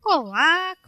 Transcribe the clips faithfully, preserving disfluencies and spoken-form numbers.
Olá,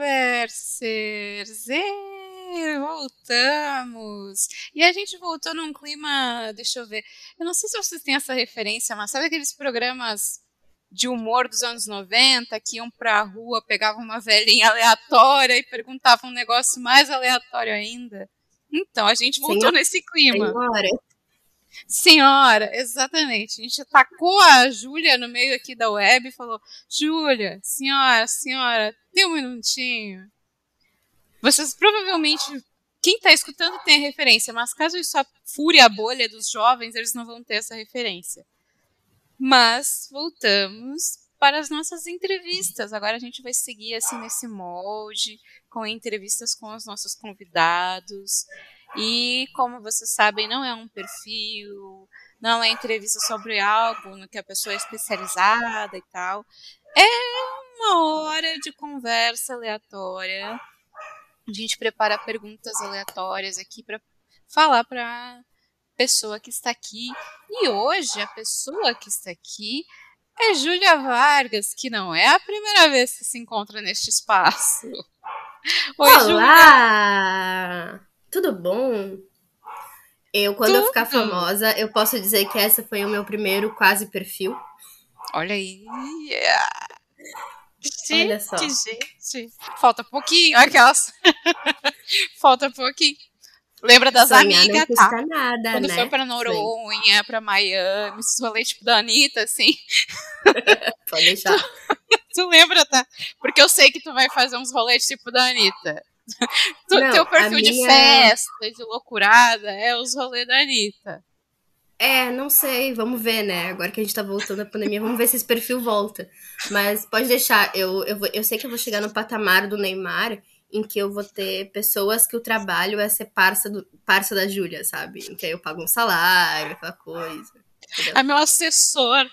conversers! Ê, voltamos! E a gente voltou num clima, deixa eu ver, eu não sei se vocês têm essa referência, mas sabe aqueles programas de humor dos anos noventa que iam pra rua, pegavam uma velhinha aleatória e perguntavam um negócio mais aleatório ainda? Então, a gente voltou Senhora, nesse clima. senhora. Senhora, exatamente. A gente tacou a Júlia no meio aqui da web e falou: Júlia, senhora, senhora, tem um minutinho. Vocês provavelmente, quem está escutando tem a referência, mas caso isso fure a bolha dos jovens, eles não vão ter essa referência. Mas voltamos para as nossas entrevistas. Agora a gente vai seguir assim nesse molde, com entrevistas com os nossos convidados. E como vocês sabem, não é um perfil, não é entrevista sobre algo no que a pessoa é especializada e tal. É uma hora de conversa aleatória. A gente prepara perguntas aleatórias aqui para falar para a pessoa que está aqui. E hoje a pessoa que está aqui é Júlia Vargas, que não é a primeira vez que se encontra neste espaço. Oi, Olá! Júlia. Tudo bom? Eu, quando Tudo. eu ficar famosa, eu posso dizer que esse foi o meu primeiro quase perfil. Olha aí! Yeah. Gente, Olha só. gente. Falta pouquinho, aquelas. Falta pouquinho. Lembra das Sonhar amigas, não custa tá? nada, Quando né? foi pra Noronha, Sim. pra Miami, esses rolês tipo da Anitta, assim. Pode deixar. Tu, tu lembra, tá? Porque eu sei que tu vai fazer uns rolês tipo da Anitta. Tu, não, teu perfil minha... de festa, de loucurada, é os rolês da Anitta. É, não sei, vamos ver, né? Agora que a gente tá voltando à pandemia, vamos ver se esse perfil volta. Mas pode deixar, eu, eu, vou, eu sei que eu vou chegar no patamar do Neymar, em que eu vou ter pessoas que o trabalho é ser parça, do, parça da Júlia, sabe? Em que aí eu pago um salário, aquela coisa. Entendeu? É meu assessor.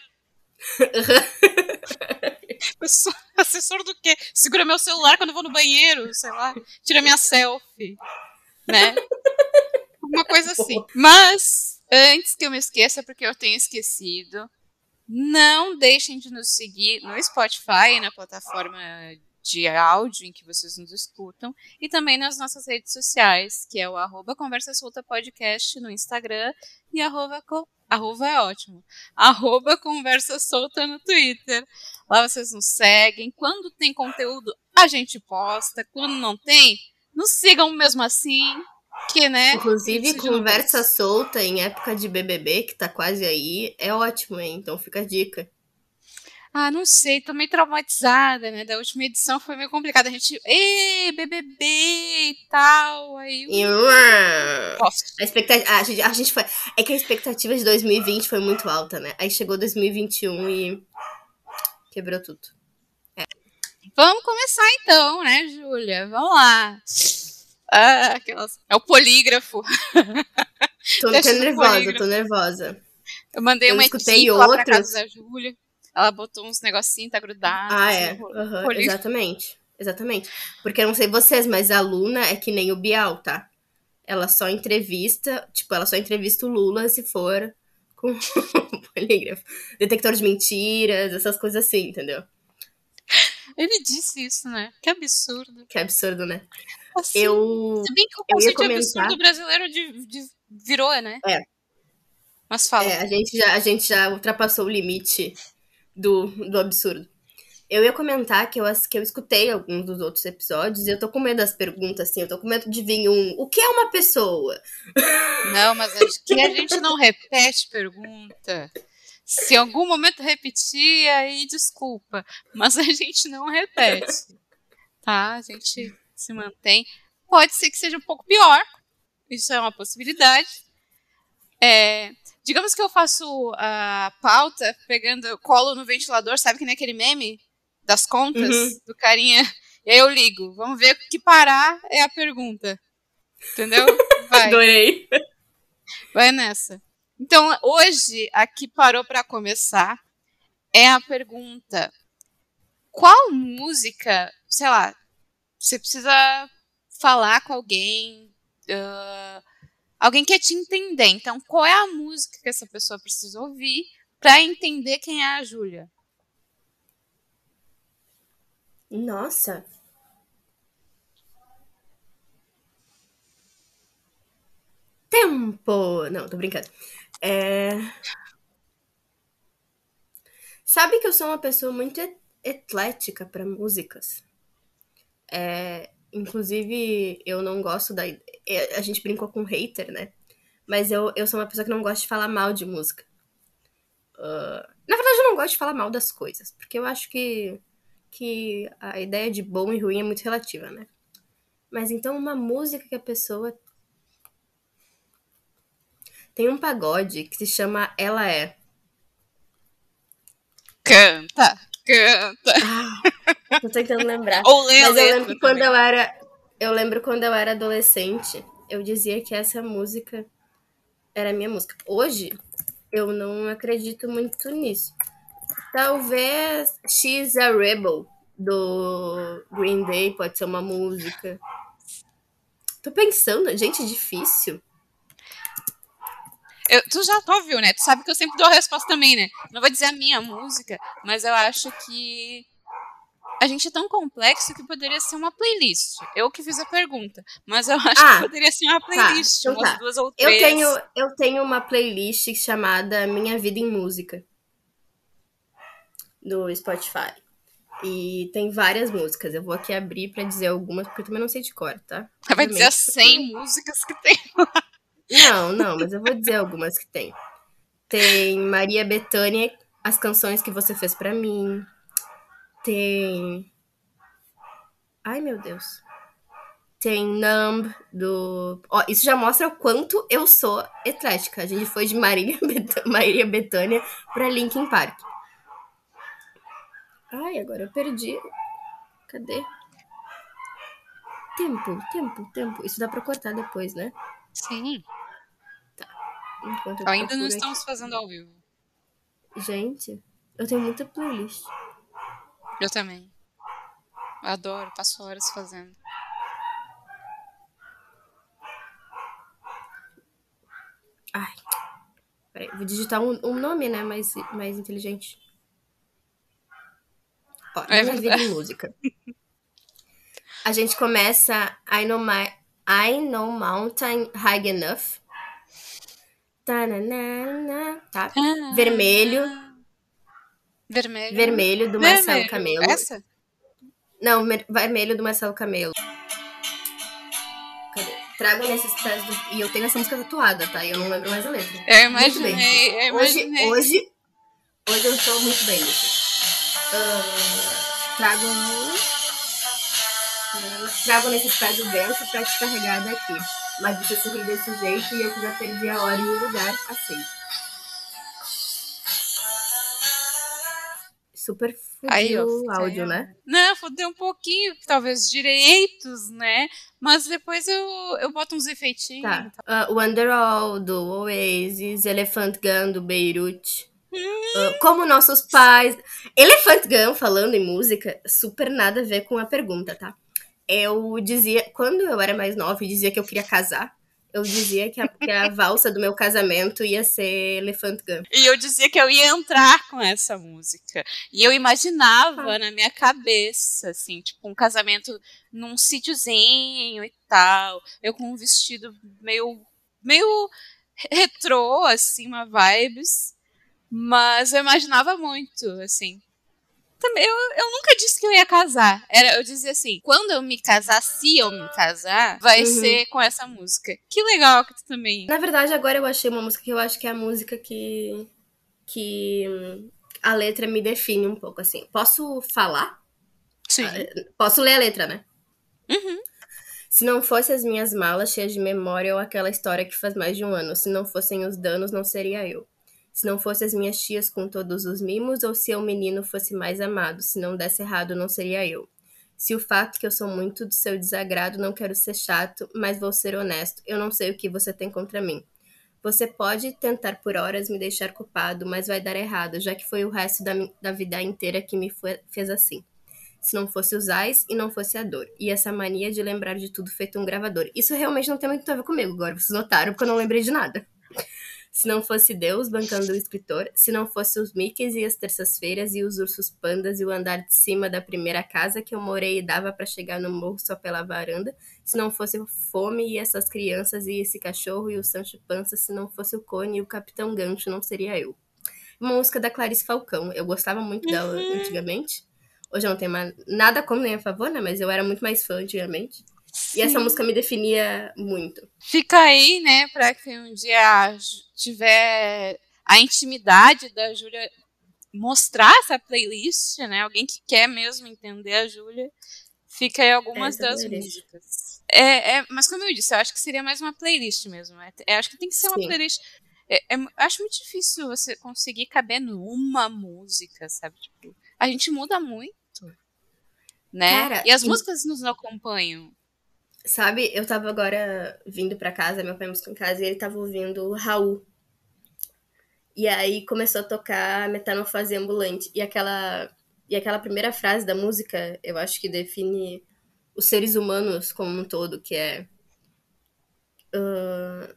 Assessor do quê? Segura meu celular quando eu vou no banheiro, sei lá. Tira minha selfie, né? Uma coisa assim. Mas, antes que eu me esqueça, porque eu tenho esquecido, não deixem de nos seguir no Spotify, na plataforma de áudio em que vocês nos escutam, e também nas nossas redes sociais, que é o arroba Conversa Solta Podcast no Instagram e arroba, arroba é ótimo, arroba Conversa Solta no Twitter. Lá vocês nos seguem. Quando tem conteúdo, a gente posta. Quando não tem, nos sigam mesmo assim. Que, né? Inclusive, conversa solta em época de B B B, que tá quase aí, é ótimo, hein? Então fica a dica. Ah, não sei, tô meio traumatizada, né? Da última edição foi meio complicada. A gente, ei, B B B e tal. Aí. E, uh, a, expectativa, a, gente, a gente foi. É que a expectativa de dois mil e vinte foi muito alta, né? Aí chegou dois mil e vinte e um e quebrou tudo. É. Vamos começar então, né, Júlia? Vamos lá. Ah, aquelas... É o polígrafo. Tô, tô nervosa, polígrafo. tô nervosa. Eu mandei eu uma equipe lá outros... pra casa da Júlia. Ela botou uns negocinhos, tá grudado. Ah, assim, é. Uhum, exatamente. Exatamente. Porque eu não sei vocês, mas a Luna é que nem o Bial, tá? Ela só entrevista, tipo, ela só entrevista o Lula se for com polígrafo. Detector de mentiras, essas coisas assim, entendeu? Ele disse isso, né? Que absurdo. Que absurdo, né? Assim, eu, se bem que o conceito comentar... absurdo brasileiro de, de, virou, né? É. Mas fala. É, a gente já, a gente já ultrapassou o limite do, do absurdo. Eu ia comentar que eu, que eu escutei alguns dos outros episódios e eu tô com medo das perguntas, assim, eu tô com medo de vir um... O que é uma pessoa? Não, mas acho que a gente não repete pergunta. Se em algum momento repetir, aí desculpa. Mas a gente não repete. Tá? A gente se mantém. Pode ser que seja um pouco pior. Isso é uma possibilidade. É, digamos que eu faço a pauta pegando, eu colo no ventilador, sabe que nem aquele meme das contas uhum. do carinha? E aí eu ligo. Vamos ver o que parar é a pergunta. Entendeu? Vai. Adorei. Vai nessa. Então, hoje, a que parou para começar é a pergunta: qual música, sei lá, você precisa falar com alguém, uh, alguém quer te entender. Então, qual é a música que essa pessoa precisa ouvir para entender quem é a Júlia? Nossa. Tempo! Não, tô brincando. É... Sabe que eu sou uma pessoa muito et- eclética pra músicas. É... Inclusive, eu não gosto da. é, A gente brincou com hater, né? Mas eu, eu sou uma pessoa que não gosta de falar mal de música. Na verdade, eu não gosto de falar mal das coisas, porque eu acho que, que a ideia de bom e ruim é muito relativa, né? Mas então, uma música que a pessoa. Tem um pagode que se chama Ela É. Canta, canta. Ah, tô tentando lembrar. Ou lê a Mas eu lembro letra que quando também. eu era. Eu lembro quando eu era adolescente, eu dizia que essa música era a minha música. Hoje, eu não acredito muito nisso. Talvez She's a Rebel, do Green Day, pode ser uma música. Tô pensando, gente, difícil. Eu, tu já ouviu, né? Tu sabe que eu sempre dou a resposta também, né? Não vou dizer a minha música, mas eu acho que a gente é tão complexo que poderia ser uma playlist. Eu que fiz a pergunta, mas eu acho que Ah, poderia ser uma tá. playlist, Então umas tá. duas ou Eu tenho, três. eu tenho uma playlist chamada Minha Vida em Música, do Spotify. E tem várias músicas. Eu vou aqui abrir pra dizer algumas, porque eu também não sei de cor, tá? Vai dizer as Obviamente, cem porque. músicas que tem. Não, não, mas eu vou dizer algumas que tem. Tem Maria Bethânia, As Canções que Você Fez Pra Mim. Tem. Ai, meu Deus. Tem Numb, do. Ó, isso já mostra o quanto eu sou eclética. A gente foi de Maria, Bet... Maria Bethânia pra Linkin Park. Ai, agora eu perdi. Cadê? Tempo, tempo, tempo. Isso dá pra cortar depois, né? Sim, Enquanto eu ainda não procuro estamos aqui. fazendo ao vivo. Gente, eu tenho muita playlist. Eu também. Adoro, passo horas fazendo. Ai, peraí, vou digitar um, um nome, né? Mais, mais inteligente. Ó, É Minha Vida verdade. em Música. A gente começa I Know, My, I know Mountain High Enough. Tananana, tá? Vermelho. Vermelho. Vermelho, do Marcelo Vermelho. Camelo. Essa? Não, vermelho do Marcelo Camelo. Cadê? Trago nesses pés do... E eu tenho essa música tatuada, tá? E eu não lembro mais a letra. Eu Muito bem. imaginei, eu Hoje, imaginei. hoje, hoje eu estou muito bem. Uh, trago... Trago nesses pés do vento pra te carregar daqui. Mas você sorri desse jeito e eu que já perdi a hora e o lugar, aceito. Super Aí, ó, fudiu o fica aí, áudio, ó. né? Não, fodeu um pouquinho, talvez direitos, né? Mas depois eu, eu boto uns efeitinhos. Tá. Uh, Wonderwall, do Oasis, Elephant Gun, do Beirute. Uh, como nossos pais. Elephant Gun, falando em música, super nada a ver com a pergunta, tá? Eu dizia, quando eu era mais nova e dizia que eu queria casar, eu dizia que a, que a valsa do meu casamento ia ser Elephant Gun. E eu dizia que eu ia entrar com essa música. E eu imaginava Ah. na minha cabeça, assim, tipo, um casamento num sítiozinho e tal. Eu com um vestido meio, meio retrô, assim, uma vibes. Mas eu imaginava muito, assim. Também, eu, eu nunca disse que eu ia casar. Era, eu dizia assim, quando eu me casar, se eu me casar, vai Uhum. ser com essa música. Que legal que tu também. Na verdade, agora eu achei uma música que eu acho que é a música que. que a letra me define um pouco, assim. Posso falar? Sim. Posso ler a letra, né? Uhum. Se não fossem as minhas malas cheias de memória ou aquela história que faz mais de um ano, se não fossem os danos, não seria eu. Se não fossem as minhas tias com todos os mimos, ou se o menino fosse mais amado, se não desse errado, não seria eu. Se o fato que eu sou muito do seu desagrado, não quero ser chato, mas vou ser honesto, eu não sei o que você tem contra mim. Você pode tentar por horas me deixar culpado, mas vai dar errado, já que foi o resto da, da vida inteira que me foi, fez assim. Se não fosse os ais e não fosse a dor. E essa mania de lembrar de tudo feito um gravador. Isso realmente não tem muito a ver comigo agora, vocês notaram, porque eu não lembrei de nada. Se não fosse Deus bancando o escritor, se não fosse os Mickeys e as terças-feiras e os ursos pandas e o andar de cima da primeira casa que eu morei e dava pra chegar no morro só pela varanda, se não fosse fome e essas crianças e esse cachorro e o Sancho Pança, se não fosse o Cone e o Capitão Gancho, não seria eu. Uma música da Clarice Falcão. Eu gostava muito dela Uhum. antigamente. Hoje eu não tenho mais nada como nem a favor, né? Mas eu era muito mais fã antigamente. E essa Sim. música me definia muito. Fica aí, né, pra que um dia tiver a intimidade da Júlia mostrar essa playlist, né? Alguém que quer mesmo entender a Júlia, fica aí algumas Essa das playlist. músicas. É, é, mas como eu disse, eu acho que seria mais uma playlist mesmo. É, é, acho que tem que ser uma Sim. playlist. É, é, acho muito difícil você conseguir caber numa música, sabe? Tipo, a gente muda muito, né? Cara, E as e, músicas nos acompanham. sabe, eu tava agora vindo pra casa, meu pai me buscou em casa, e ele tava ouvindo Raul. E aí começou a tocar Metamorfose Ambulante. E aquela, e aquela primeira frase da música, eu acho que define os seres humanos como um todo, que é... Uh,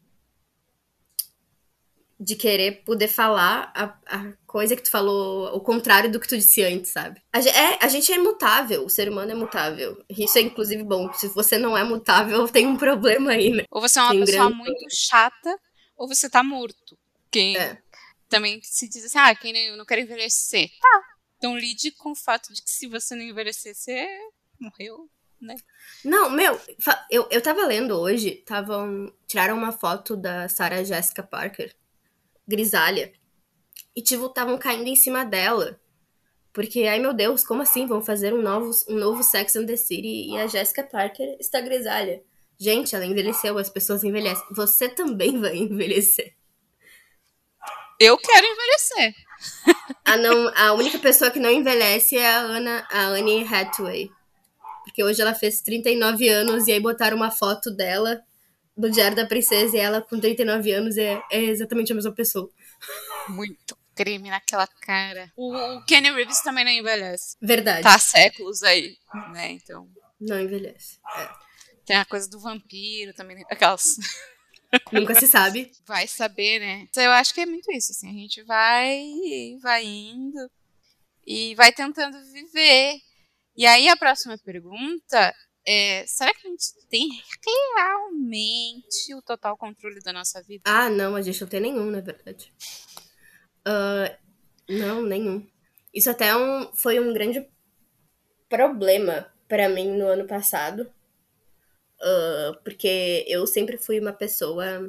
de querer poder falar a, a coisa que tu falou, o contrário do que tu disse antes, sabe? A, é, a gente é mutável, o ser humano é mutável. Isso é inclusive bom. Se você não é mutável, tem um problema aí, né? Ou você é uma Tem um pessoa grande muito chata, ou você tá morto. Quem é. também se diz assim, ah, quem não quer envelhecer. Tá. Então lide com o fato de que se você não envelhecer, você morreu, né? Não, meu, eu, eu tava lendo hoje, tavam, tiraram uma foto da Sarah Jessica Parker, grisalha, e tipo, estavam caindo em cima dela. Porque, ai meu Deus, como assim? Vão fazer um novo, um novo Sex and the City e a Jessica Parker está grisalha. Gente, ela envelheceu, as pessoas envelhecem. Você também vai envelhecer. Eu quero envelhecer. A, não, a única pessoa que não envelhece é a, Anna, a Anne Hathaway. Porque hoje ela fez trinta e nove anos e aí botaram uma foto dela do Diário da Princesa e ela com trinta e nove anos é, é exatamente a mesma pessoa. Muito creme naquela cara. O, o Kenny Reeves também não envelhece. Verdade. Tá há séculos aí, né? Então. Não envelhece. É. Tem a coisa do vampiro também. Aquelas. Nunca se sabe. Vai saber, né? Eu acho que é muito isso, assim. A gente vai, vai indo e vai tentando viver. E aí a próxima pergunta é: será que a gente tem realmente o total controle da nossa vida? Ah, não, a gente não tem nenhum, na verdade. Uh, não, nenhum. Isso até um, foi um grande problema para mim no ano passado. Uh, porque eu sempre fui uma pessoa.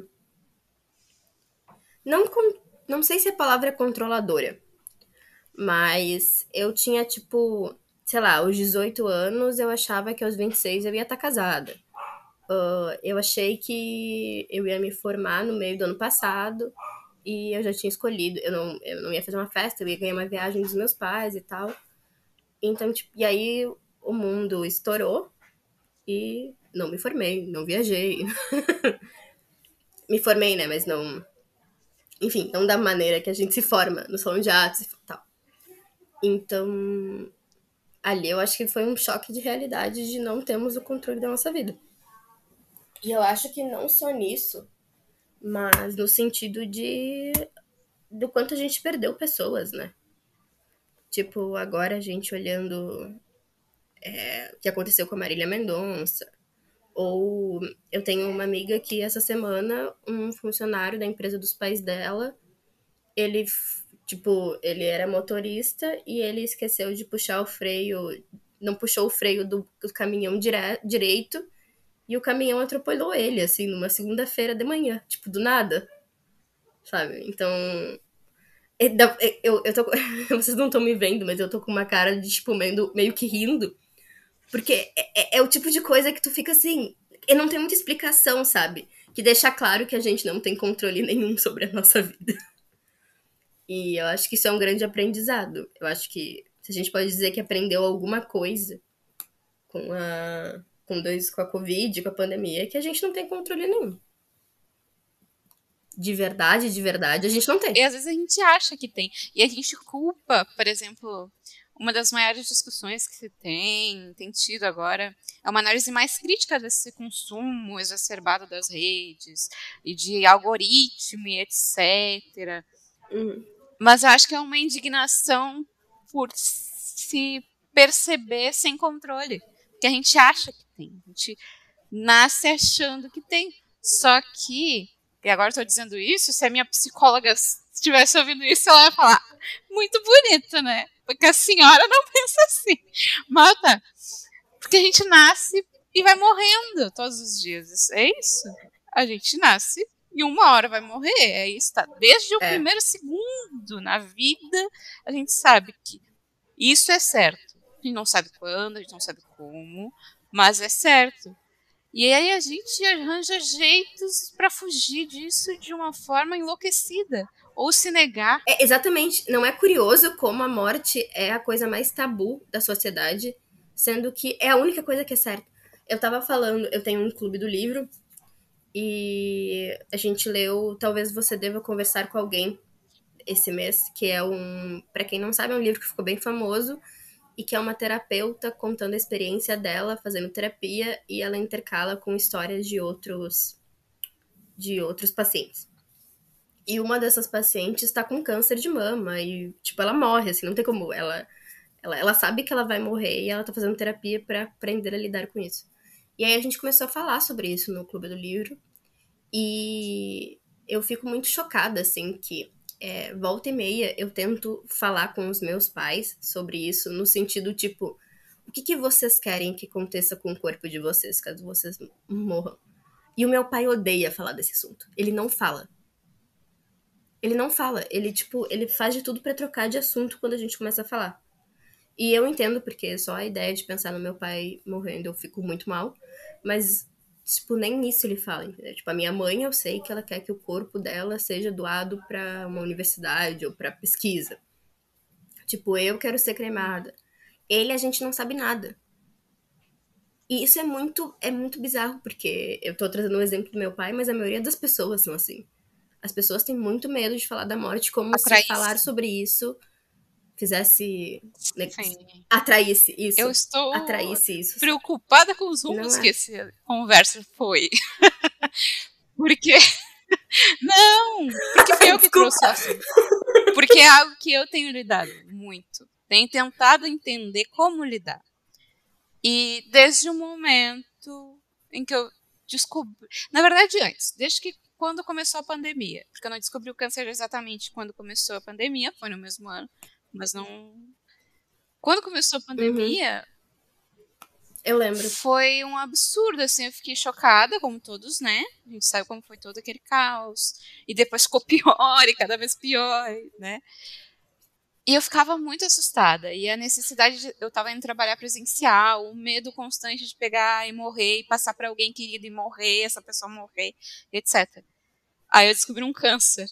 Não, não sei se a palavra é controladora. Mas eu tinha, tipo, sei lá, aos dezoito anos eu achava que aos vinte e seis eu ia estar casada. Uh, eu achei que eu ia me formar no meio do ano passado e eu já tinha escolhido. Eu não, eu não ia fazer uma festa, eu ia ganhar uma viagem dos meus pais e tal. Então, tipo, e aí o mundo estourou e não me formei, não viajei. Me formei, né? Mas não. Enfim, não da maneira que a gente se forma no salão de artes e tal. Então, ali eu acho que foi um choque de realidade de não termos o controle da nossa vida. E eu acho que não só nisso, mas no sentido de do quanto a gente perdeu pessoas, né? Tipo, agora a gente olhando é, o que aconteceu com a Marília Mendonça. Ou eu tenho uma amiga que essa semana um funcionário da empresa dos pais dela, ele, tipo, ele era motorista e ele esqueceu de puxar o freio, não puxou o freio do, do caminhão dire, direito e o caminhão atropelou ele, assim, numa segunda-feira de manhã, tipo, do nada, sabe? Então, eu, eu tô, vocês não estão me vendo, mas eu tô com uma cara de, tipo, meio, meio que rindo, porque é, é, é o tipo de coisa que tu fica assim, e não tem muita explicação, sabe? Que deixa claro que a gente não tem controle nenhum sobre a nossa vida. E eu acho que isso é um grande aprendizado. Eu acho que se a gente pode dizer que aprendeu alguma coisa com a, com, dois, com a Covid, com a pandemia, é que a gente não tem controle nenhum. De verdade, de verdade, a gente não tem. E às vezes a gente acha que tem. E a gente culpa, por exemplo, uma das maiores discussões que se tem, tem tido agora, é uma análise mais crítica desse consumo exacerbado das redes e de algoritmo e etcétera. Uhum. Mas eu acho que é uma indignação por se perceber sem controle. Porque a gente acha que tem. A gente nasce achando que tem. Só que, e agora estou dizendo isso, se a minha psicóloga estivesse ouvindo isso, ela ia falar, muito bonito, né? Porque a senhora não pensa assim. Mata. Porque a gente nasce e vai morrendo todos os dias. É isso. A gente nasce e uma hora vai morrer. É isso, tá? Desde o É. primeiro segundo na vida, a gente sabe que isso é certo. A gente não sabe quando, a gente não sabe como, mas é certo. E aí a gente arranja jeitos para fugir disso de uma forma enlouquecida. Ou se negar. É, exatamente. Não é curioso como a morte é a coisa mais tabu da sociedade, sendo que é a única coisa que é certa. Eu tava falando, eu tenho um clube do livro e a gente leu Talvez Você Deva Conversar com Alguém esse mês, que é um, para quem não sabe, é um livro que ficou bem famoso e que é uma terapeuta contando a experiência dela fazendo terapia e ela intercala com histórias de outros de outros pacientes. E uma dessas pacientes tá com câncer de mama e, tipo, ela morre, assim, não tem como. Ela, ela, ela sabe que ela vai morrer e ela tá fazendo terapia pra aprender a lidar com isso. E aí a gente começou a falar sobre isso no Clube do Livro. E eu fico muito chocada, assim, que é, volta e meia eu tento falar com os meus pais sobre isso, no sentido, tipo, o que, que vocês querem que aconteça com o corpo de vocês, caso vocês morram? E o meu pai odeia falar desse assunto. Ele não fala. Ele não fala. Ele, tipo, ele faz de tudo pra trocar de assunto quando a gente começa a falar. E eu entendo, porque só a ideia de pensar no meu pai morrendo eu fico muito mal. Mas, tipo, nem nisso ele fala, entendeu? Tipo, a minha mãe, eu sei que ela quer que o corpo dela seja doado pra uma universidade ou pra pesquisa. Tipo, eu quero ser cremada. Ele, a gente não sabe nada. E isso é muito, é muito bizarro, porque eu tô trazendo um exemplo do meu pai, mas a maioria das pessoas são assim. As pessoas têm muito medo de falar da morte, como se falar Atraísse. sobre isso fizesse. Né, Sim. atraísse Eu isso. estou Atraísse isso, sabe? preocupada com os E não rumos que é. essa conversa foi. Porque. Não! Porque fui eu que Desculpa! trouxe o assunto. Porque é algo que eu tenho lidado muito. Tenho tentado entender como lidar. E desde o momento em que eu descobri. Na verdade, antes, desde que quando começou a pandemia. Porque eu não descobri o câncer exatamente quando começou a pandemia, foi no mesmo ano. Mas não. Quando começou a Uhum. pandemia, Eu lembro. foi um absurdo, assim, eu fiquei chocada, como todos, né? A gente sabe como foi todo aquele caos. E depois ficou pior e cada vez pior, né? E eu ficava muito assustada. E a necessidade de. Eu tava indo trabalhar presencial, o medo constante de pegar e morrer, e passar para alguém querido e morrer, essa pessoa morrer, etcétera. Aí eu descobri um câncer.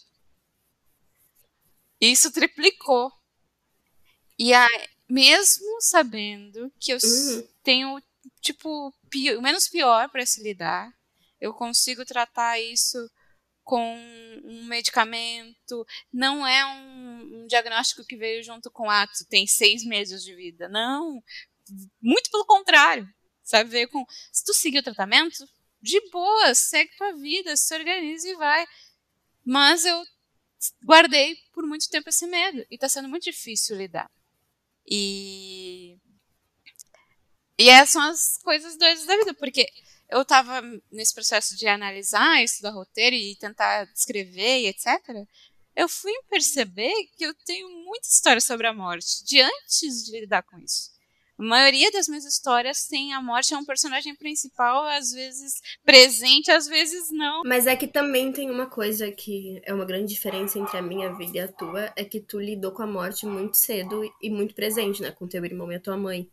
E isso triplicou. E aí, mesmo sabendo que eu Uhum. tenho, tipo, o menos pior para se lidar, eu consigo tratar isso com um medicamento. Não é um, um diagnóstico que veio junto com o ato, tem seis meses de vida. Não. Muito pelo contrário. Sabe, veio com. Se tu seguir o tratamento, de boa, segue tua vida, se organiza e vai. Mas eu guardei por muito tempo esse medo. E tá sendo muito difícil lidar. E. E essas são as coisas doidas da vida, porque eu tava nesse processo de analisar, estudar roteiro e tentar escrever e etcétera. Eu fui perceber que eu tenho muita história sobre a morte, de antes de lidar com isso. A maioria das minhas histórias tem a morte é um personagem principal, às vezes presente, às vezes não. Mas é que também tem uma coisa que é uma grande diferença entre a minha vida e a tua, é que tu lidou com a morte muito cedo e muito presente, né? Com teu irmão e a tua mãe.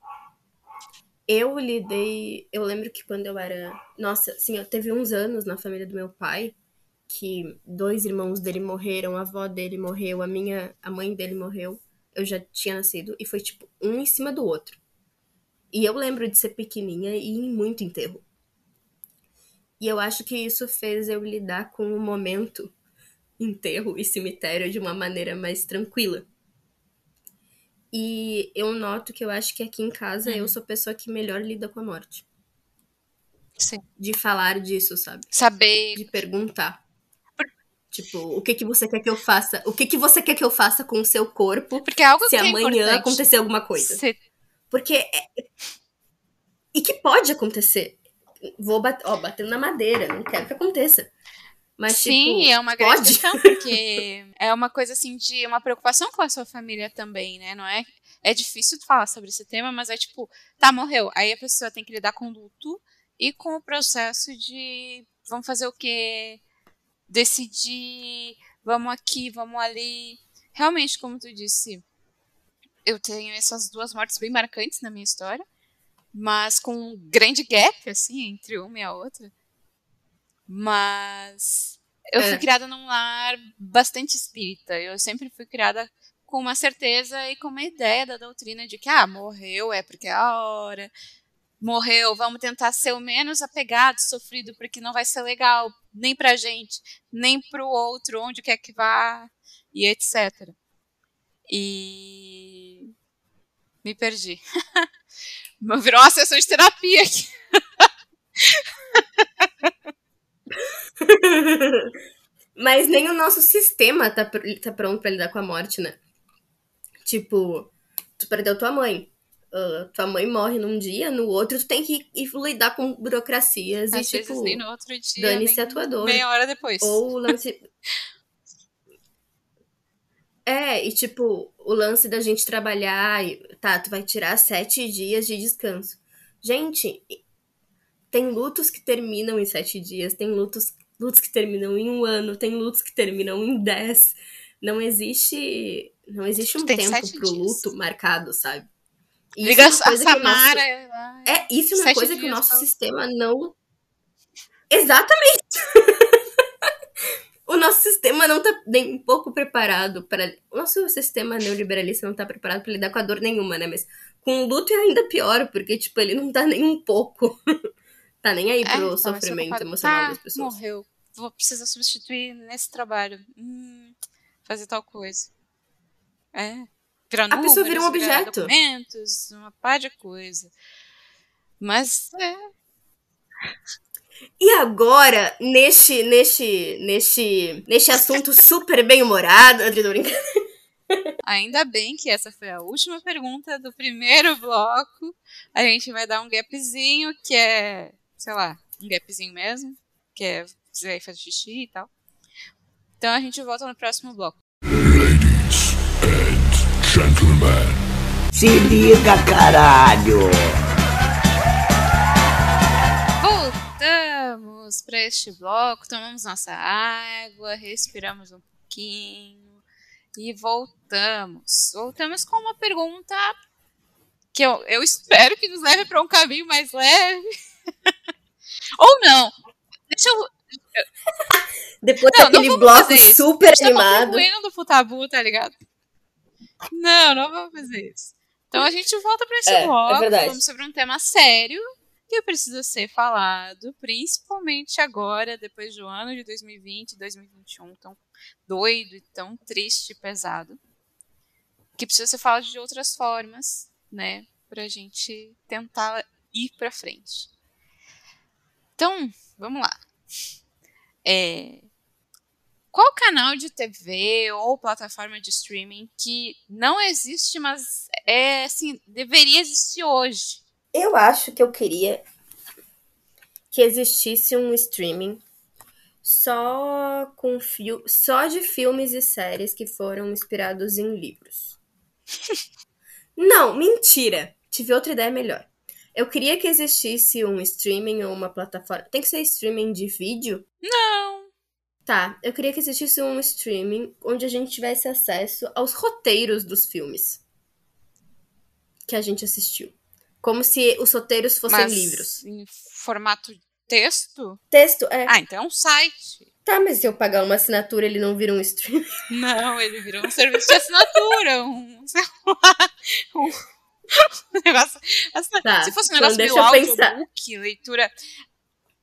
Eu lidei. Eu lembro que quando eu era. Nossa, assim, eu teve uns anos na família do meu pai que dois irmãos dele morreram, a avó dele morreu, a minha. A mãe dele morreu. Eu já tinha nascido e foi tipo um em cima do outro. E eu lembro de ser pequenininha e ir em muito enterro. E eu acho que isso fez eu lidar com o momento enterro e cemitério de uma maneira mais tranquila. E eu noto que eu acho que aqui em casa Uhum. eu sou a pessoa que melhor lida com a morte. Sim. De falar disso, sabe? Saber. De perguntar. Tipo, o que que você quer que eu faça? O que que você quer que eu faça com o seu corpo Porque é algo se que é amanhã importante. acontecer alguma coisa? Cê... Porque é... E que pode acontecer. Vou bater, ó, batendo na madeira, não quero que aconteça. Mas, Sim, tipo, é uma grande pode? questão, porque é uma coisa assim de uma preocupação com a sua família também, né? Não é? É difícil falar sobre esse tema, mas é tipo, tá, morreu. Aí a pessoa tem que lidar com o luto e com o processo de vamos fazer o quê? Decidir, vamos aqui, vamos ali. Realmente, como tu disse, eu tenho essas duas mortes bem marcantes na minha história, mas com um grande gap, assim, entre uma e a outra. Mas eu fui É. criada num lar bastante espírita. Eu sempre fui criada com uma certeza e com uma ideia da doutrina de que, ah, morreu é porque é a hora. Morreu, vamos tentar ser o menos apegado, sofrido, porque não vai ser legal, nem pra gente, nem pro outro, onde quer que vá, e etcétera. E me perdi. Virou uma sessão de terapia aqui. Mas nem o nosso sistema tá, tá pronto pra lidar com a morte, né? Tipo, tu perdeu tua mãe. Uh, tua mãe morre num dia, no outro tu tem que ir lidar com burocracias e, Às vezes nem tipo, no outro dia, dane-se nem a tua dor. meia hora depois. Ou o lance. É, e tipo, o lance da gente trabalhar. E, tá, tu vai tirar sete dias de descanso. Gente, tem lutos que terminam em sete dias, tem lutos, lutos que terminam em um ano, tem lutos que terminam em dez. Não existe. Não existe um Tem tempo sete pro dias. luto marcado, sabe? E isso Liga é a uma coisa que o nosso. Samara. Ela... É, isso é uma Sete coisa que o dias. nosso Pra... sistema não. Exatamente! O nosso sistema não tá nem um pouco preparado para. O nosso sistema neoliberalista não tá preparado para lidar com a dor nenhuma, né? Mas com o luto é ainda pior, porque, tipo, ele não tá nem um pouco. Tá nem aí É, pro tá mais sofrimento preocupado. emocional Tá, das pessoas. morreu. Vou precisar substituir nesse trabalho. Hum, fazer tal coisa. É. Virar A pessoa vira um números, virar objeto. documentos, uma par de coisa. Mas é. E agora, neste, neste, neste, neste assunto super bem-humorado, Adri, tô brincando. Ainda bem que essa foi a última pergunta do primeiro bloco. A gente vai dar um gapzinho, que é, sei lá, um gapzinho mesmo, que é você fazer xixi e tal. Então a gente volta no próximo bloco. Ladies and gentlemen, se liga, caralho! Voltamos para este bloco, tomamos nossa água, respiramos um pouquinho e voltamos. Voltamos com uma pergunta que eu, eu espero que nos leve para um caminho mais leve. Ou não. Deixa eu... Depois não, daquele não bloco super animado. contribuindo pro tabu, tá ligado? Não, não vamos fazer isso. Então a gente volta para esse é, bloco, é verdade. Vamos sobre um tema sério que precisa ser falado, principalmente agora, depois do ano de dois mil e vinte, dois mil e vinte e um, tão doido e tão triste e pesado, que precisa ser falado de outras formas, né, pra gente tentar ir pra frente. Então, vamos lá. É... Qual canal de T V ou plataforma de streaming que não existe, mas é assim, deveria existir hoje? Eu acho que eu queria que existisse um streaming só com fio... só de filmes e séries que foram inspirados em livros. Não, mentira. Tive outra ideia melhor. Eu queria que existisse um streaming ou uma plataforma. Tem que ser streaming de vídeo? Não. Tá, eu queria que existisse um streaming onde a gente tivesse acesso aos roteiros dos filmes que a gente assistiu. Como se os roteiros fossem mas livros. Em formato texto? Texto, é. Ah, então é um site. Tá, mas se eu pagar uma assinatura, ele não vira um streaming? Não, ele virou um serviço de assinatura. Um, sei lá, um, um negócio. Essa, Tá, se fosse um então negócio deixa meio eu pensar. audiobook, leitura.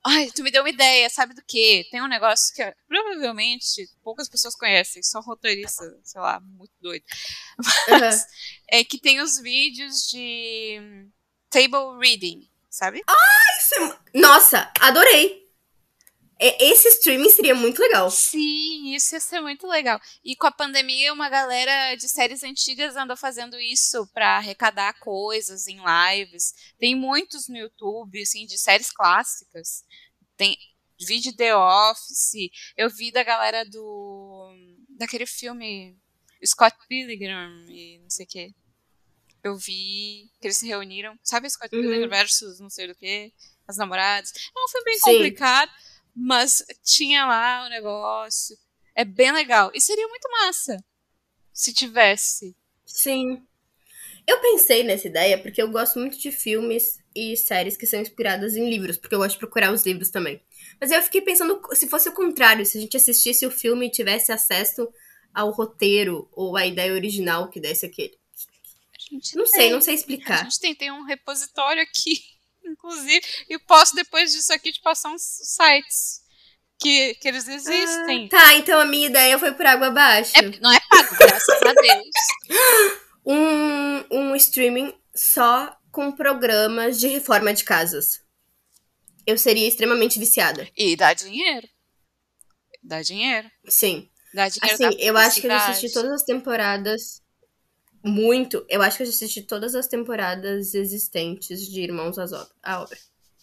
Ai, tu me deu uma ideia, sabe do quê? Tem um negócio que provavelmente poucas pessoas conhecem, só roteirista, sei lá, muito doido. Mas Uhum. é que tem os vídeos de table reading, sabe? Isso é- Nossa, adorei! E- Esse streaming seria muito legal. Sim, isso ia ser muito legal. E com a pandemia, uma galera de séries antigas andou fazendo isso pra arrecadar coisas em lives. Tem muitos no YouTube, assim, de séries clássicas. Tem vídeo de The Office. Eu vi da galera do daquele filme Scott Pilgrim e não sei o quê. Eu vi que eles se reuniram. Sabe Scott Pilgrim Uhum. versus não sei do que? As namoradas. É um filme bem Sim. complicado, mas tinha lá o negócio. É bem legal. E seria muito massa se tivesse. Sim. Eu pensei nessa ideia porque eu gosto muito de filmes e séries que são inspiradas em livros, porque eu gosto de procurar os livros também. Mas aí eu fiquei pensando se fosse o contrário, se a gente assistisse o filme e tivesse acesso ao roteiro ou à ideia original que desse aquele. A gente Não sei, tem. não sei A explicar. gente tem, tem um repositório aqui, inclusive, e posso depois disso aqui te passar uns sites que, que eles existem. Ah, tá, então a minha ideia foi por água abaixo. É, não é pago, graças a Deus. Um, um streaming só com programas de reforma de casas. Eu seria extremamente viciada. E dá dinheiro. Dá dinheiro. Sim. Dá dinheiro, Assim, dá eu acho que eu já assisti publicidade. todas as temporadas. Muito. Eu acho que eu já assisti todas as temporadas existentes de Irmãos às Ob- à Obra.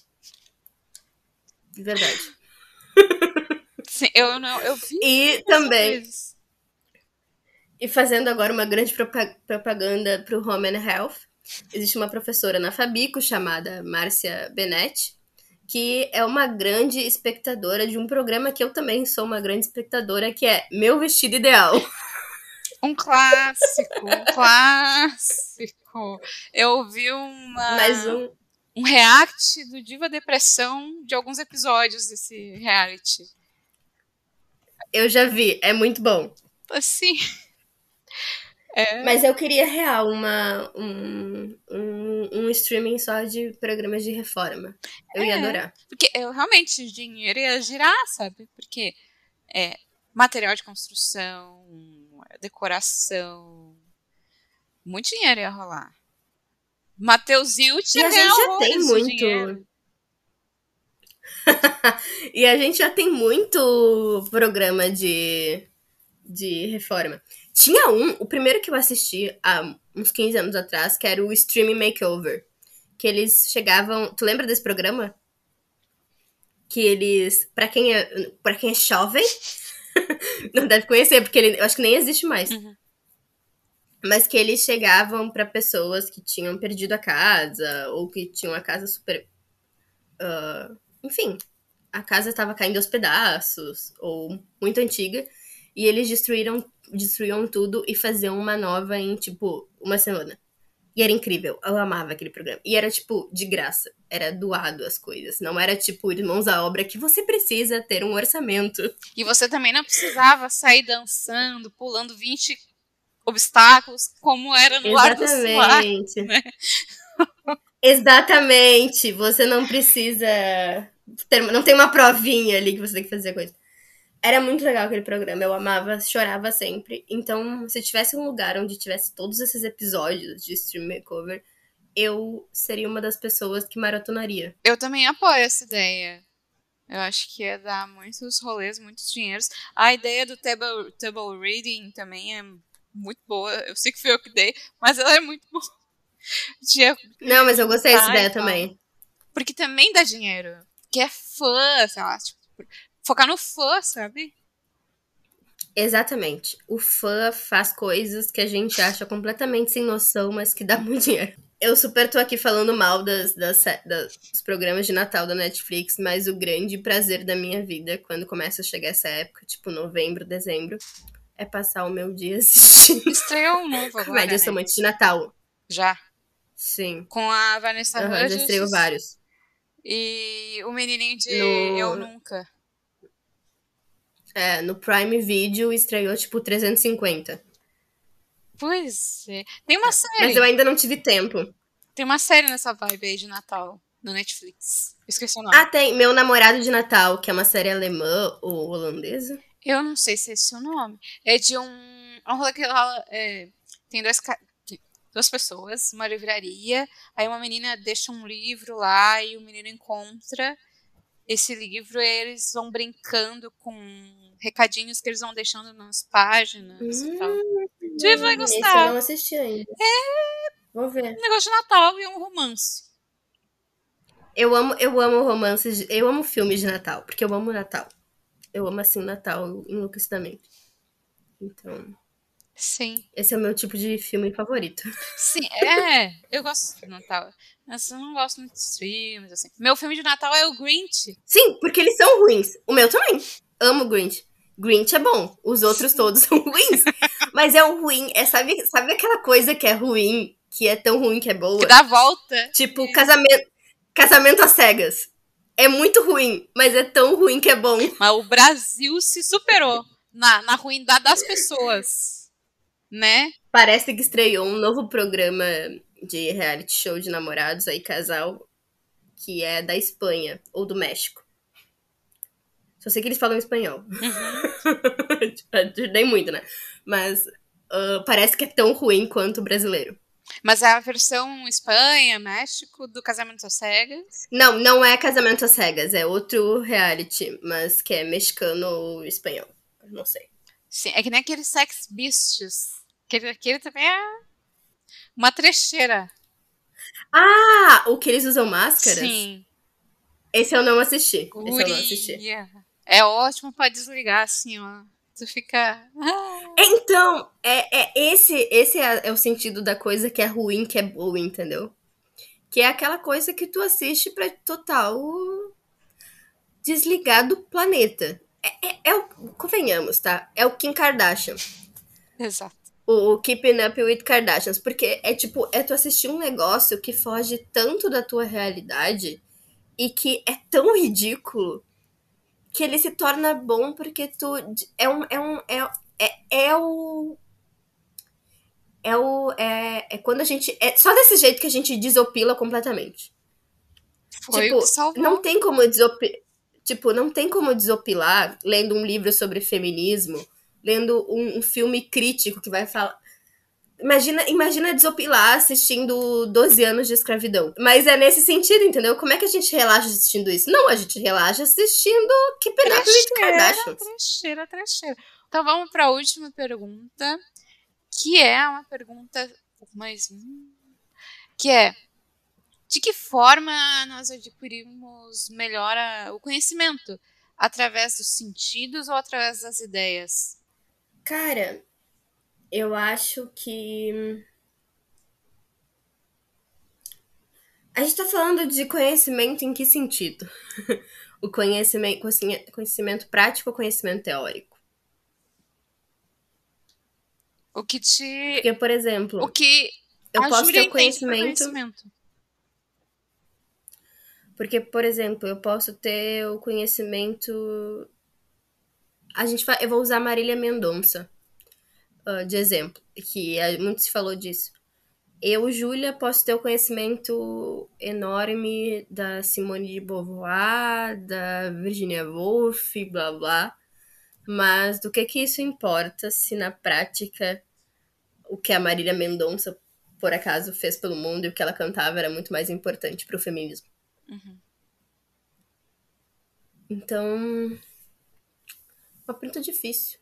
De verdade. Sim, eu não, eu vi E essas também, coisas. e fazendo agora uma grande propa- propaganda pro Home and Health, existe uma professora na Fabico chamada Márcia Benetti, que é uma grande espectadora de um programa que eu também sou uma grande espectadora, que é Meu Vestido Ideal. Um clássico, um clássico. Eu vi uma, Mais um. um react do Diva Depressão de alguns episódios desse reality. Eu já vi, é muito bom. Assim, é, Mas eu queria real uma, um, um, um streaming só de programas de reforma. Eu ia É. adorar. porque eu realmente o dinheiro ia girar, sabe? Porque é material de construção, decoração, muito dinheiro ia rolar. Mateuzinho E tinha a gente já tem horrores de muito. dinheiro. E a gente já tem muito programa de, de reforma. Tinha um, o primeiro que eu assisti há uns quinze anos atrás, que era o Streaming Makeover. Que eles chegavam. Tu lembra desse programa? Que eles. Pra quem é, pra quem é jovem, não deve conhecer, porque ele, eu acho que nem existe mais. Uhum. Mas que eles chegavam pra pessoas que tinham perdido a casa, ou que tinham a casa super. ah, enfim, a casa estava caindo aos pedaços, ou muito antiga, e eles destruíram, destruíam tudo e faziam uma nova em, tipo, uma semana. E era incrível, eu amava aquele programa. E era, tipo, de graça, era doado as coisas, não era, tipo, Irmãos à Obra, que você precisa ter um orçamento. E você também não precisava sair dançando, pulando vinte obstáculos, como era no Largo do Suar. Exatamente. né? Exatamente, você não precisa ter, não tem uma provinha ali que você tem que fazer a coisa. Era muito legal aquele programa, eu amava, chorava sempre. Então, se tivesse um lugar onde tivesse todos esses episódios de Stream Makeover, eu seria uma das pessoas que maratonaria. Eu também apoio essa ideia. Eu acho que ia dar muitos rolês, muitos dinheiros. A ideia do table, table reading também é muito boa. Eu sei que fui eu que dei, mas ela é muito boa. De- Não, mas eu gostei dessa Tá, ideia então. também. Porque também dá dinheiro. Que é fã, sei lá, tipo, focar no fã, sabe? Exatamente. O fã faz coisas que a gente acha completamente sem noção, mas que dá muito dinheiro. Eu super tô aqui falando mal das, das, das- dos programas de Natal da Netflix, mas o grande prazer da minha vida, quando começa a chegar essa época, tipo novembro, dezembro, é passar o meu dia assistindo Estreou um novo agora, comédias né? românticas de Natal. Já. Sim. Com a Vanessa Aham, já Hudgens estreou vários. e o menininho de No- Eu Nunca. É, no Prime Video estreou, tipo, trezentos e cinquenta. Pois é. Tem uma série. Mas eu ainda não tive tempo. Tem uma série nessa vibe aí de Natal. no Netflix. Eu esqueci o nome. Ah, tem Meu Namorado de Natal, que é uma série alemã ou holandesa. Eu não sei se é esse o nome. É de um. É um rolê que rola. É, tem dois, ca- tem duas pessoas, uma livraria. Aí uma menina deixa um livro lá e o menino encontra esse livro e eles vão brincando com recadinhos que eles vão deixando nas páginas e tal. Hum, Tu vai esse eu gostar. não assisti ainda. Vou ver. Um negócio de Natal e um romance. Eu amo, eu amo romances, de- eu amo filmes de Natal, porque eu amo Natal. Eu amo, assim, o Natal enlouquecidamente. Então, Sim. esse é o meu tipo de filme favorito. Sim, é. Eu gosto de Natal. Mas eu não gosto muito dos filmes, assim. Meu filme de Natal é o Grinch. Sim, porque eles são ruins. O meu também. Amo Grinch. Grinch é bom. Os outros todos são ruins. Mas é um ruim. É, sabe, sabe aquela coisa que é ruim, que é tão ruim que é boa? Que dá a volta. Tipo, casamento, casamento às cegas. É muito ruim, mas é tão ruim que é bom. Mas o Brasil se superou na, na ruindade das pessoas. Né? Parece que estreou um novo programa de reality show de namorados aí, casal, que é da Espanha ou do México. Só sei que eles falam espanhol. Uhum. Nem muito, né? Mas uh, parece que é tão ruim quanto o brasileiro. Mas é a versão Espanha, México, do Casamento às Cegas. Não, não é Casamento às Cegas, é outro reality, mas que é mexicano ou espanhol. Não sei. Sim, é que nem aquele Sex Beasts. Aquele, aquele também é uma trecheira. Ah, o que eles usam máscaras? Sim. Esse eu não assisti. Esse eu não assisti. Guria. É ótimo pra desligar, assim, ó. Tu fica. Ah, Então, é, é esse, esse é, é o sentido da coisa que é ruim, que é boa, entendeu? Que é aquela coisa que tu assiste pra total desligar do planeta. É, é, é o, convenhamos, tá? É o Kim Kardashian. exato. O, o Keeping Up with Kardashians. Porque é tipo, é tu assistir um negócio que foge tanto da tua realidade e que é tão ridículo que ele se torna bom porque tu. É um. É, um, é, é, é o. É o. É, é quando a gente. É só desse jeito que a gente desopila completamente. Foi Tipo, o que salvou. não tem como desopilar. Tipo, não tem como desopilar lendo um livro sobre feminismo, lendo um, um filme crítico que vai falar. Imagina, imagina desopilar assistindo doze anos de escravidão. Mas é nesse sentido, entendeu? Como é que a gente relaxa assistindo isso? Não, a gente relaxa assistindo Keeping Up with Trecheira, Kardashians. trecheira, trecheira. Então vamos para a última pergunta, que é uma pergunta um pouco mais. hum, Que é: de que forma nós adquirimos melhor a- o conhecimento? Através dos sentidos ou através das ideias? Cara, eu acho que. A gente tá falando de conhecimento em que sentido? O conhecimento, conhecimento prático ou conhecimento teórico? O que te. Porque, por exemplo, O que eu a posso ter Júlia o entende por conhecimento. conhecimento. Porque, por exemplo, eu posso ter o conhecimento. A gente vai, eu vou usar Marília Mendonça uh, de exemplo, que uh, muito se falou disso. Eu, Júlia, posso ter o conhecimento enorme da Simone de Beauvoir, da Virginia Woolf, blá blá. Mas do que que isso importa se na prática o que a Marília Mendonça, por acaso, fez pelo mundo e o que ela cantava era muito mais importante pro feminismo? Uhum. Então, uma pergunta difícil.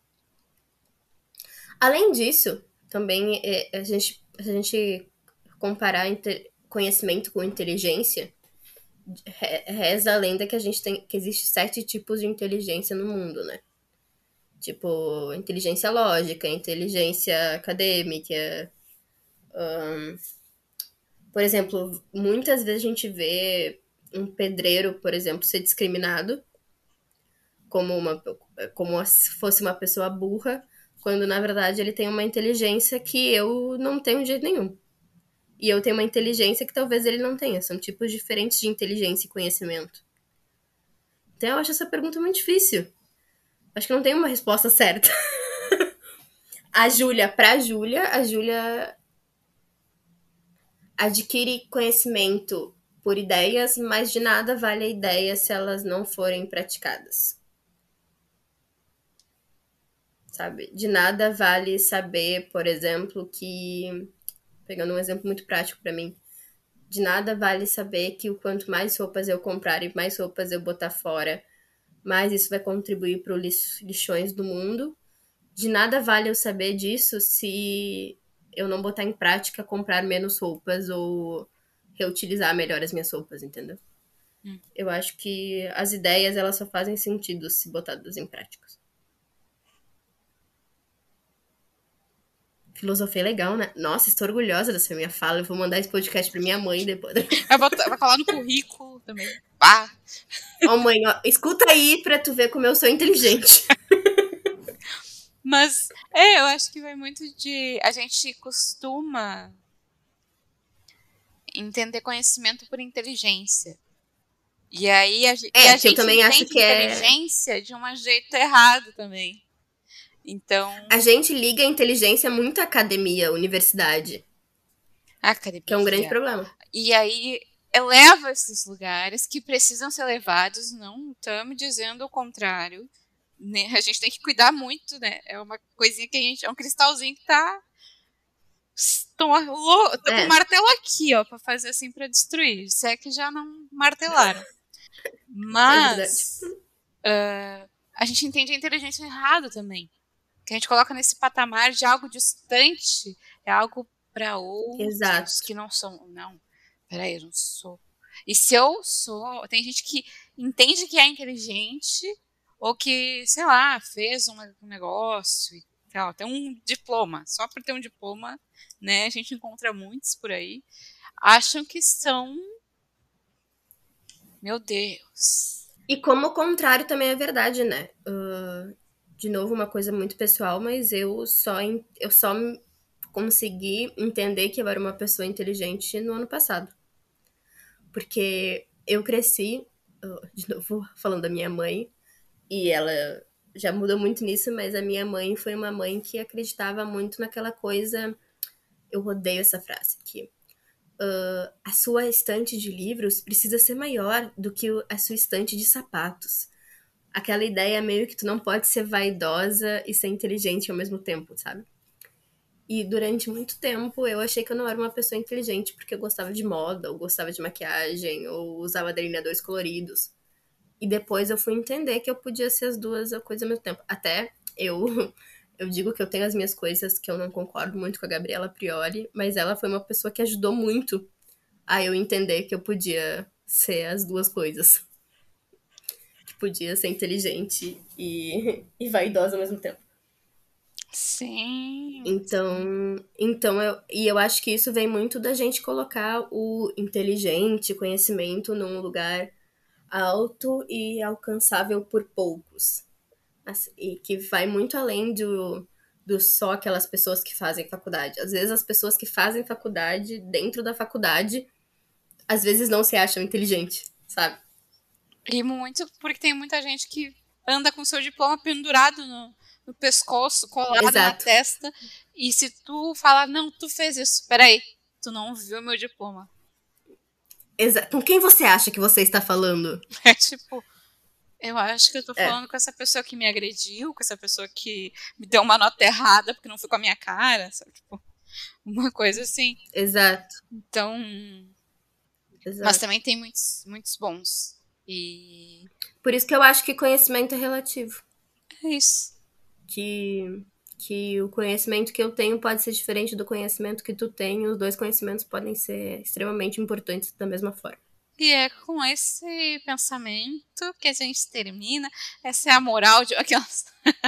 Além disso, também é, a gente, a gente comparar inte- conhecimento com inteligência, re- reza a lenda que a gente tem que existe sete tipos de inteligência no mundo, né? Tipo, inteligência lógica, inteligência acadêmica. ahn, por exemplo, muitas vezes a gente vê um pedreiro, por exemplo, ser discriminado como, uma, como se fosse uma pessoa burra, quando na verdade ele tem uma inteligência que eu não tenho de jeito nenhum. E eu tenho uma inteligência que talvez ele não tenha. São tipos diferentes de inteligência e conhecimento. Então eu acho essa pergunta muito difícil. Acho que não tem uma resposta certa. A Júlia, pra Júlia, a Júlia adquire conhecimento por ideias, mas de nada vale a ideia se elas não forem praticadas. Sabe? De nada vale saber, por exemplo, que... Pegando um exemplo muito prático pra mim. De nada vale saber que o quanto mais roupas eu comprar e mais roupas eu botar fora, mais isso vai contribuir para os lixões do mundo. De nada vale eu saber disso se eu não botar em prática comprar menos roupas ou reutilizar melhor as minhas roupas, entendeu? Hum. Eu acho que as ideias, elas só fazem sentido se botadas em práticas. Filosofia é legal, né? Nossa, estou orgulhosa dessa minha fala. Eu vou mandar esse podcast pra minha mãe depois. Vai, botar, vai falar no currículo também. Ah. Ó, mãe, ó, escuta aí pra tu ver como eu sou inteligente. Mas, é, eu acho que vai muito de... A gente costuma entender conhecimento por inteligência. E aí a, gente, É, e a que eu gente também acho entende que é... inteligência de um jeito errado também. Então... A gente liga a inteligência muito à academia, à universidade. A academia. Que é um grande problema. E aí eleva esses lugares que precisam ser levados, não estamos dizendo o contrário. Né? A gente tem que cuidar muito, né? É uma coisinha que a gente... É um cristalzinho que tá... Tô, tô É. com o martelo aqui, ó, pra fazer assim, pra destruir. Se é que já não martelaram. Mas... É uh, a gente entende a inteligência errado também. Que a gente coloca nesse patamar de algo distante, é algo para outros Exato. que não são. Não, peraí, eu não sou. E se eu sou. Tem gente que entende que é inteligente, ou que, sei lá, fez um, um negócio e tal, tem um diploma. Só por ter um diploma, né? A gente encontra muitos por aí. Acham que são. Meu Deus. E como o contrário também é verdade, né? Uh, de novo, uma coisa muito pessoal, mas eu só, eu só consegui entender que eu era uma pessoa inteligente no ano passado. Porque eu cresci, uh, de novo, falando da minha mãe, e ela já mudou muito nisso, mas a minha mãe foi uma mãe que acreditava muito naquela coisa... Eu odeio essa frase aqui. Uh, a sua estante de livros precisa ser maior do que a sua estante de sapatos. Aquela ideia meio que tu não pode ser vaidosa e ser inteligente ao mesmo tempo, sabe? E durante muito tempo eu achei que eu não era uma pessoa inteligente porque eu gostava de moda, ou gostava de maquiagem, ou usava delineadores coloridos. E depois eu fui entender que eu podia ser as duas coisas ao mesmo tempo. Até eu... Eu digo que eu tenho as minhas coisas que eu não concordo muito com a Gabriela Prioli, mas ela foi uma pessoa que ajudou muito a eu entender que eu podia ser as duas coisas. Que podia ser inteligente e, e vaidosa ao mesmo tempo. Sim. Então, então eu, e eu acho que isso vem muito da gente colocar o inteligente, conhecimento num lugar alto e alcançável por poucos. E que vai muito além do, do só aquelas pessoas que fazem faculdade. Às vezes as pessoas que fazem faculdade, dentro da faculdade, às vezes não se acham inteligentes, sabe? E muito porque tem muita gente que anda com seu diploma pendurado no, no pescoço, colado Exato. na testa. E se tu falar, não, tu fez isso, peraí, tu não viu meu diploma. Exato. Com quem você acha que você está falando? É tipo... Eu acho que eu tô falando é. com essa pessoa que me agrediu, com essa pessoa que me deu uma nota errada porque não foi com a minha cara, sabe? Tipo, uma coisa assim. Exato. Então... Exato. Mas também tem muitos, muitos bons. E... Por isso que eu acho que conhecimento é relativo. É isso. Que, que o conhecimento que eu tenho pode ser diferente do conhecimento que tu tem. Os dois conhecimentos podem ser extremamente importantes da mesma forma. E é com esse pensamento que a gente termina. Essa é a moral de aquelas...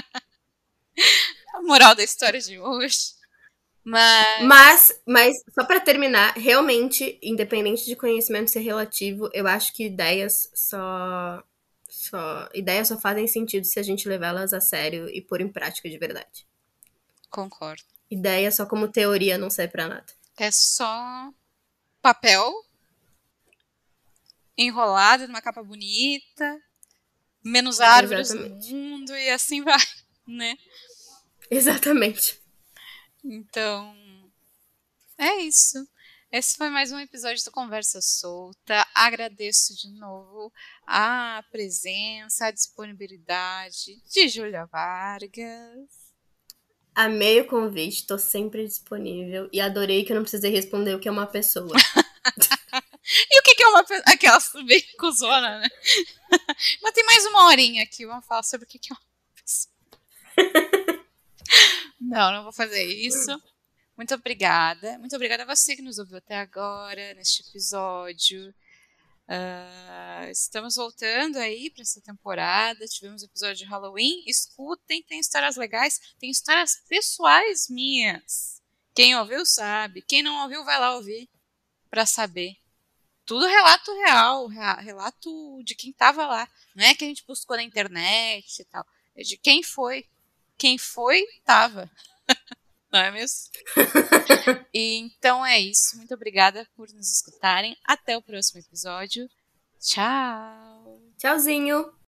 a moral da história de hoje. Mas... mas, mas só pra terminar, realmente, independente de conhecimento ser relativo, eu acho que ideias só, só ideias só fazem sentido se a gente levá-las a sério e pôr em prática de verdade. Concordo. Ideia só como teoria não serve pra nada. É só papel enrolado numa capa bonita, menos árvores Exatamente. no mundo e assim vai, né? Exatamente. Então, é isso. Esse foi mais um episódio do Conversa Solta. Agradeço de novo a presença, a disponibilidade de Júlia Vargas. Amei o convite, tô sempre disponível. E adorei que eu não precisei responder o que é uma pessoa. E o que, que é uma pessoa? Aquela bem cuzona, né? Mas tem mais uma horinha aqui, vamos falar sobre o que, que é uma pessoa. Não, não vou fazer isso. Muito obrigada. Muito obrigada a você que nos ouviu até agora, neste episódio. Uh, estamos voltando aí para essa temporada. Tivemos episódio de Halloween. Escutem, tem histórias legais. Tem histórias pessoais minhas. Quem ouviu sabe. Quem não ouviu vai lá ouvir para saber. Tudo relato real. Relato de quem tava lá. Não é que a gente buscou na internet e tal. É de quem foi. Quem foi, tava. Não é mesmo? E então é isso. Muito obrigada por nos escutarem. Até o próximo episódio. Tchau. Tchauzinho.